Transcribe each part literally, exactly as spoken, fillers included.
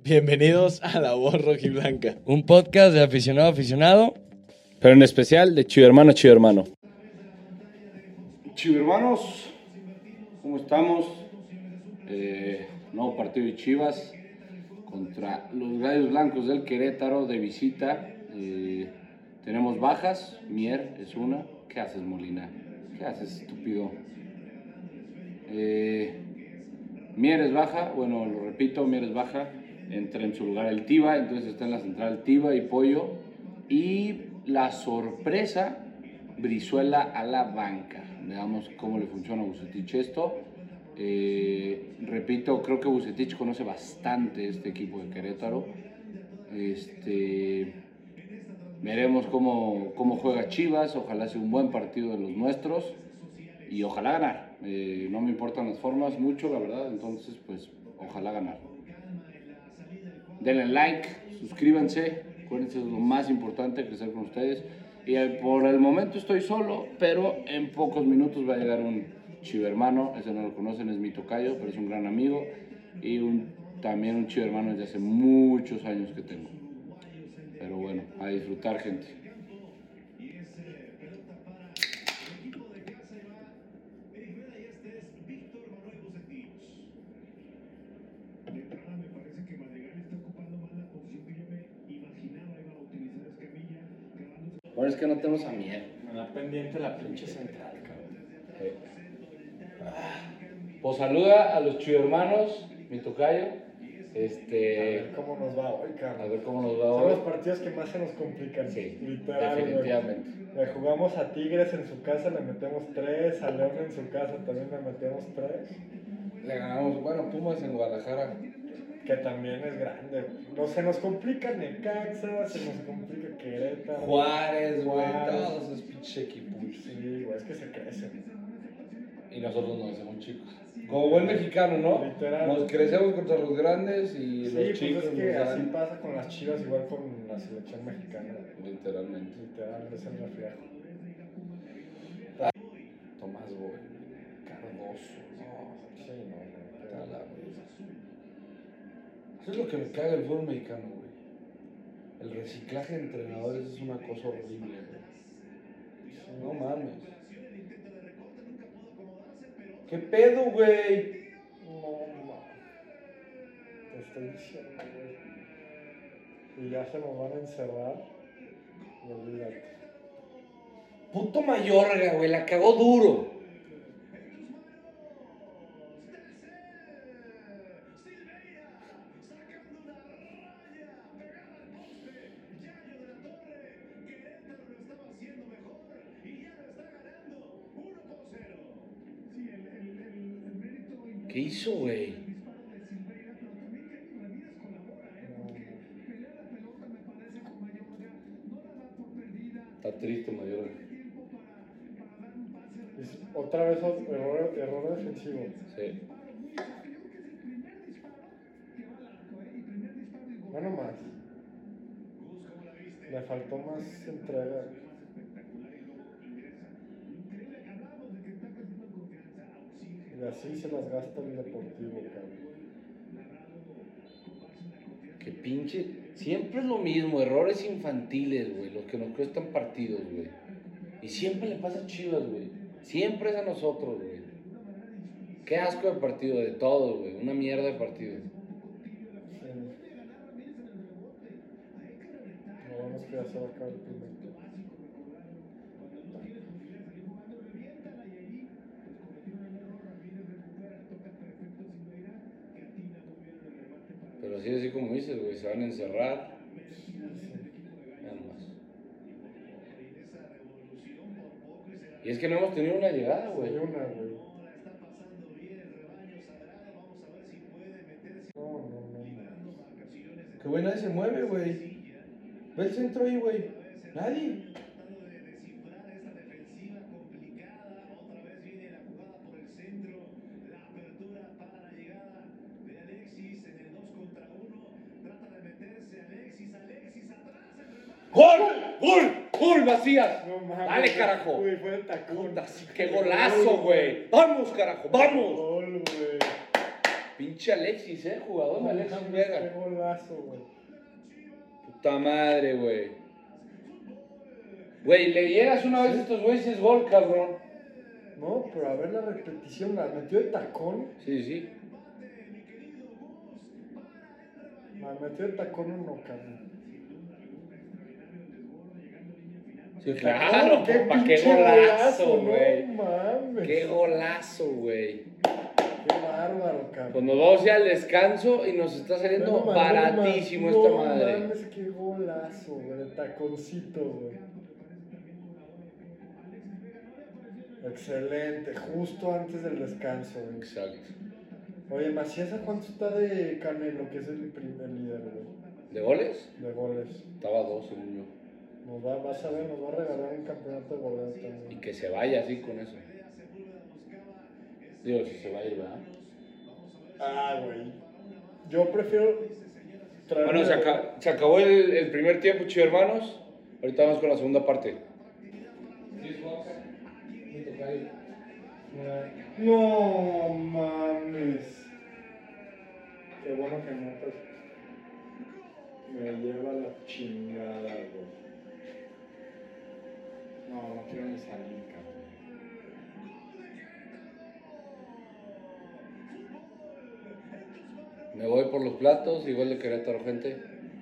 Bienvenidos a La Voz Rojiblanca. Un podcast de aficionado a aficionado. Pero en especial de Chivo Hermano, Chivo Hermano. Chivo Hermanos, ¿cómo estamos? Eh, nuevo partido de Chivas contra los Gallos Blancos del Querétaro de visita. Eh, tenemos bajas, Mier es una. ¿Qué haces, Molina? ¿Qué haces, estúpido? Eh, Mier es baja, bueno, lo repito, Mier es baja. Entra en su lugar el Tiva, entonces está en la central Tiva y Pollo. Y la sorpresa, Brizuela a la banca. Veamos cómo le funciona a Vucetich esto. Eh, repito, creo que Vucetich conoce bastante este equipo de Querétaro. Este, veremos cómo, cómo juega Chivas. Ojalá sea un buen partido de los nuestros. Y ojalá ganar. Eh, no me importan las formas mucho, la verdad. Entonces, pues, ojalá ganar. Denle like, suscríbanse. Acuérdense, es lo más importante, crecer con ustedes. Y por el momento estoy solo, pero en pocos minutos va a llegar un Chivo Hermano. Ese no lo conocen, es mi tocayo, pero es un gran amigo. Y un, también un Chivo Hermano desde hace muchos años que tengo. Pero bueno, a disfrutar, gente. Bueno, es que no tenemos a Mier. Me da pendiente la pinche central, cabrón. Eh. Ah. Pues saluda a los Chivo Hermanos, mi tocayo. Este, a ver cómo nos va hoy, a cabrón. ver cómo nos va Son hoy. los partidos que más se nos complican. Sí, literal, definitivamente. güey. Le jugamos a Tigres en su casa, le metemos tres. A León en su casa también le metemos tres. Le ganamos, bueno, Pumas en Guadalajara. Que también es grande. No se nos complica Necaxa, se nos complica Querétaro. Juárez, güey, Juárez. todos esos pinches equipos. Sí, güey, es que se crecen. Y nosotros nos hacemos chicos. Como buen mexicano, ¿no? Literal. Nos crecemos contra los grandes y Sí, los pues chicos es que nos así dan. pasa con las Chivas, igual con la selección mexicana. Literalmente. Literal, es el reflejo. Tomás, güey. Cardoso. No, sí, no, no. Está la güey. Eso es lo que me caga el fútbol mexicano, güey. El reciclaje de entrenadores es una cosa horrible, güey. No mames. ¿Qué pedo, güey? No, no. Te estoy diciendo, güey. Y ya se nos van a encerrar. Y olvídate. Puto Mayorga, güey, la cagó duro. ¿Qué hizo, güey? Está triste, Mayorga. Es otra vez otro error, error defensivo. Sí. Bueno, más. Le faltó más entrega. Y así se las gasta el Deportivo, cabrón. Qué pinche. Siempre es lo mismo, errores infantiles, güey, los que nos cuestan partidos, güey. Y siempre le pasa a Chivas, güey. Siempre es a nosotros, güey. Qué asco de partido, de todo, güey. Una mierda de partido. Sí. Lo bueno es que ya se va a acabar el primer tiempo. Pero así, así como dices, güey, se van a encerrar. Nada más. Y es que no hemos tenido una llegada, güey. Hay una, güey. No, no, no. Que güey, nadie se mueve, güey. Ve el centro ahí, güey. Nadie. ¡Gol! ¡Gol! ¡Gol, Macías! No mames. Dale, carajo. Güey, fue el tacón. Puta, sí, qué golazo, güey. Vamos, carajo, vamos. Gol, güey. Pinche Pinche Alexis, ¿eh? Jugador No, Alexis mames, Vega. qué golazo, güey. Puta madre, güey. Güey, le llegas una vez a estos güeyes y es gol, cabrón. No, pero a ver la repetición, la metió de tacón. Sí, sí. La metió de tacón o no, cabrón. Sí, claro, Qué papá, qué pinche golazo, no güey. mames. Qué golazo, güey. Qué bárbaro, cabrón. Pues nos vamos ya al descanso y nos está saliendo No mames, baratísimo no esta mames, madre. No mames, qué golazo, güey, de taconcito, güey. Excelente, justo antes del descanso, güey. Exacto. Oye, Macías, ¿a cuánto está de Canelo, que es el primer líder, güey, ¿De goles? de goles? Estaba dos, según yo. Nos va, vas a ver, nos va a regalar un campeonato de goles Y también. que se vaya así con eso. Digo, si se va a ir, ¿verdad? Ah, güey. Yo prefiero traerme... Bueno, se, aca- se acabó el, el primer tiempo, chicos hermanos. Ahorita vamos con la segunda parte. No mames. Qué bueno que no te... Me lleva la chingada, güey. No, no quiero ni salir, cabrón. Me voy por los platos, igual de Querétaro, gente.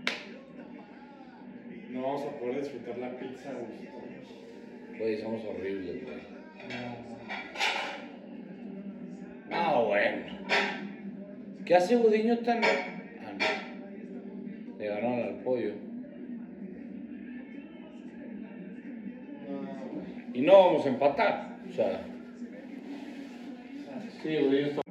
No vamos a poder disfrutar la pizza, güey. Güey, somos horribles, güey. No. Ah, bueno. ¿Qué hace Gudiño tan...? Ah, no. Le ganaron al pollo. Y no vamos a empatar. O sea... Sí, Gudiño está...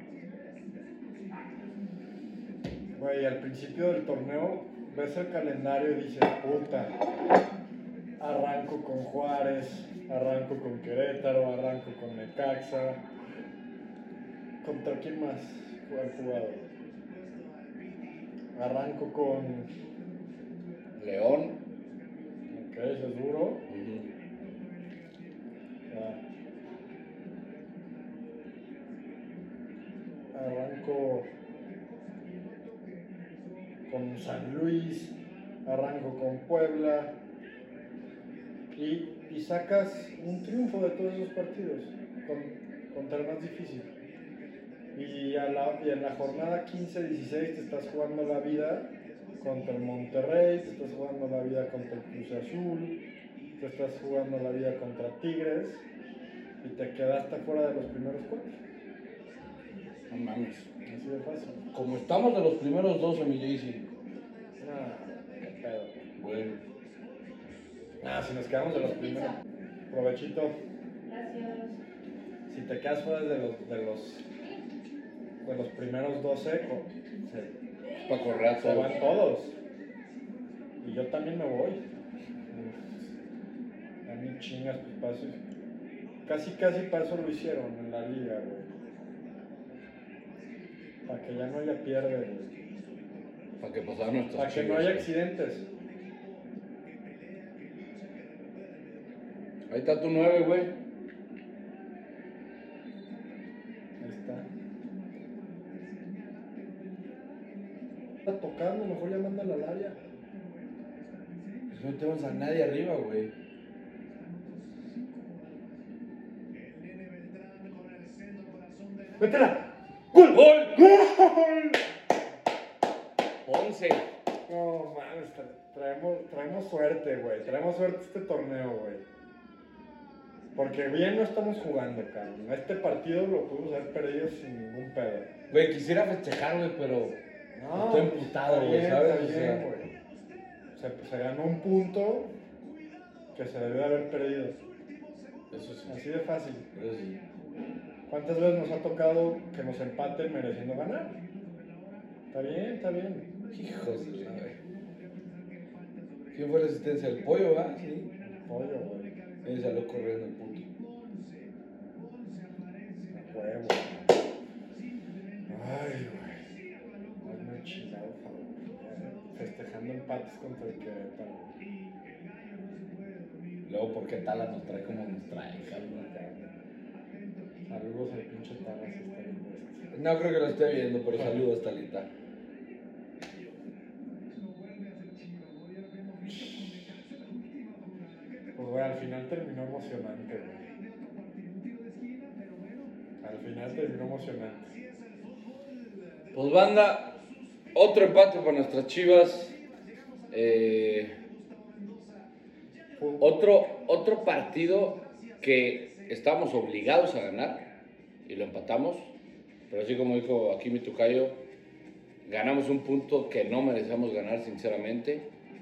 Güey, al principio del torneo ves el calendario y dices, puta, arranco con Juárez, arranco con Querétaro, arranco con Necaxa. ¿Contra quién más han jugado? Arranco con... León. Ok, eso es duro. Ujú. Ah. Arranco con San Luis, arranco con Puebla y, y sacas un triunfo de todos esos partidos con, contra el más difícil. Y, a la, y en la jornada quince dieciséis te estás jugando la vida contra el Monterrey, te estás jugando la vida contra el Cruz Azul, te estás jugando la vida contra Tigres y te quedaste fuera de los primeros cuatro. No mames. Así de fácil. Como estamos de los primeros dos, Emilio, y sí. Ah, qué pedo. Bueno. Ah, si nos quedamos de los primeros. Provechito. Gracias. Si te quedas fuera de los, de los, de los primeros doce, co- se, Para correr a se todos. van todos. Y yo también me voy. A mí chingas, pues para eso. Casi, casi para eso lo hicieron en la liga, güey. Para que ya no haya pierde, güey. Para que pasaran nuestras Para que no chivas, haya güey. accidentes. Ahí está tu nueve, güey. Ahí está. Está tocando, mejor ya mándala al área. Pues no tenemos a nadie arriba, güey. ¡Métela! ¡Gol! ¡Gol! ¡Gol! once. No, mames, tra- traemos, traemos suerte, güey. Traemos suerte este torneo, güey. Porque bien no estamos jugando, cabrón. Este partido lo pudimos haber perdido sin ningún pedo. Güey, quisiera festejar, güey, pero... No, Estoy emputado, está güey, bien, ¿sabes? está O sea- bien, güey. Se, se ganó un punto que se debió haber perdido. Eso sí. Así de fácil. Eso sí. ¿Cuántas veces nos ha tocado que nos empaten mereciendo ganar? Está bien, está bien. Hijos de la verga. ¿Quién fue la asistencia? ¿El pollo, va? Sí. Pollo, güey. Él salió corriendo el punto. A huevo. Ay, güey. Hazme un chingado favor. Festejando empates contra el Querétaro. Luego, ¿por qué Tala nos trae como nos trae, cabrón? Saludos al pinche Taras, está viendo esto. No creo que lo esté viendo, pero saludos, Talita. Pues güey, al final terminó emocionante, güey. Al final terminó emocionante. Pues banda, otro empate para nuestras Chivas. Eh, otro, otro partido que estábamos obligados a ganar y lo empatamos. Pero así como dijo aquí mi tocayo, ganamos un punto que no merecíamos ganar, sinceramente.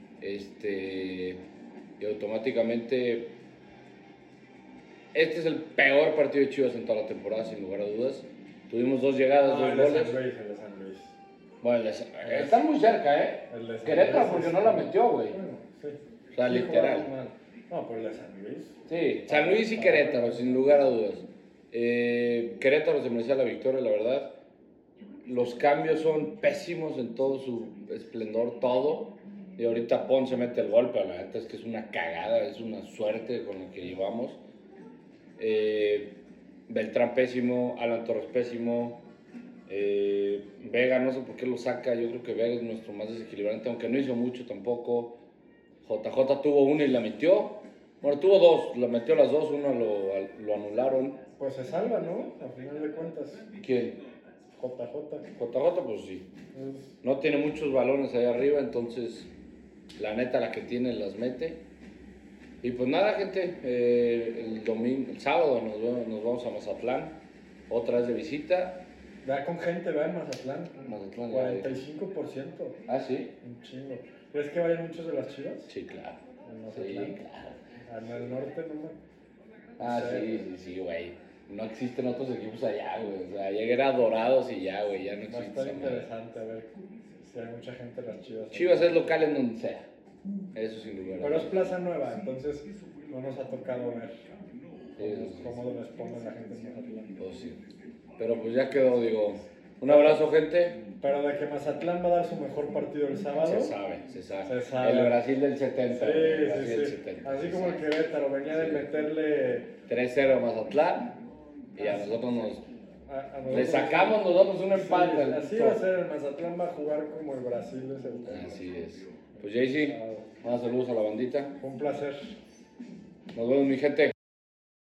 Este, y automáticamente, este es el peor partido de Chivas en toda la temporada, sin lugar a dudas. Tuvimos dos llegadas, No, dos el de goles. San Luis, el de San Luis. Bueno, el de San- están muy cerca, ¿eh? El de San Querétaro Luis porque es- no la metió, güey. Bueno, sí. O sea, Sí, literal. jugaron mal. No, pero el de San Luis. Sí, San Luis y Querétaro, sin lugar a dudas. Eh, Querétaro se merecía la victoria, la verdad. Los cambios son pésimos en todo su esplendor, todo. Y ahorita Ponce mete el gol, pero la neta es que es una cagada, es una suerte con lo que llevamos. Eh, Beltrán pésimo, Alan Torres pésimo. Eh, Vega, no sé por qué lo saca, yo creo que Vega es nuestro más desequilibrante, aunque no hizo mucho tampoco. J J tuvo una y la metió. Bueno, tuvo dos, la metió las dos, una lo, lo anularon. Pues se salva, ¿no? A final de cuentas. ¿Quién? J J. J J, pues sí. Es- No tiene muchos balones allá arriba, entonces la neta la que tiene las mete. Y pues nada, gente, eh, el domingo, el sábado nos, vemos- nos vamos a Mazatlán, otra vez de visita. Vea con gente, vea en Mazatlán. Mazatlán, ya cuarenta y cinco por ciento. Ah, sí. Un chingo. ¿Crees que vayan muchos de las Chivas? Sí, claro. En Sí, Mazatlán. claro. Ah, en el norte, no me. Ah, sí, sí, sí, güey. No existen otros equipos allá, güey. O sea, ya era Dorados y ya, güey, ya no Va a existe. estar esa madre. interesante a ver si hay mucha gente en las Chivas. Chivas es local en donde sea. Eso sin lugar a Pero es dudas. plaza nueva, entonces no nos ha tocado ver Sí, sí, sí. cómo lo responde la gente en Mazatlán. Pues sí. Pero pues ya quedó, digo. Un abrazo, gente. Pero de que Mazatlán va a dar su mejor partido el sábado. Se sabe, se sabe. Se sabe. El Brasil del setenta. güey, el Sí, Brasil sí, del sí. setenta, Así se como el sabe. Querétaro venía de Sí. meterle. tres cero a Mazatlán. Y a nosotros nos. a- a nosotros- Le sacamos nosotros un Sí, empate. al así gusto. va a ser, el Mazatlán va a jugar como el Brasil de ese Así es. Pues Jaycee, más saludos a la bandita. Fue un placer. Nos vemos, mi gente.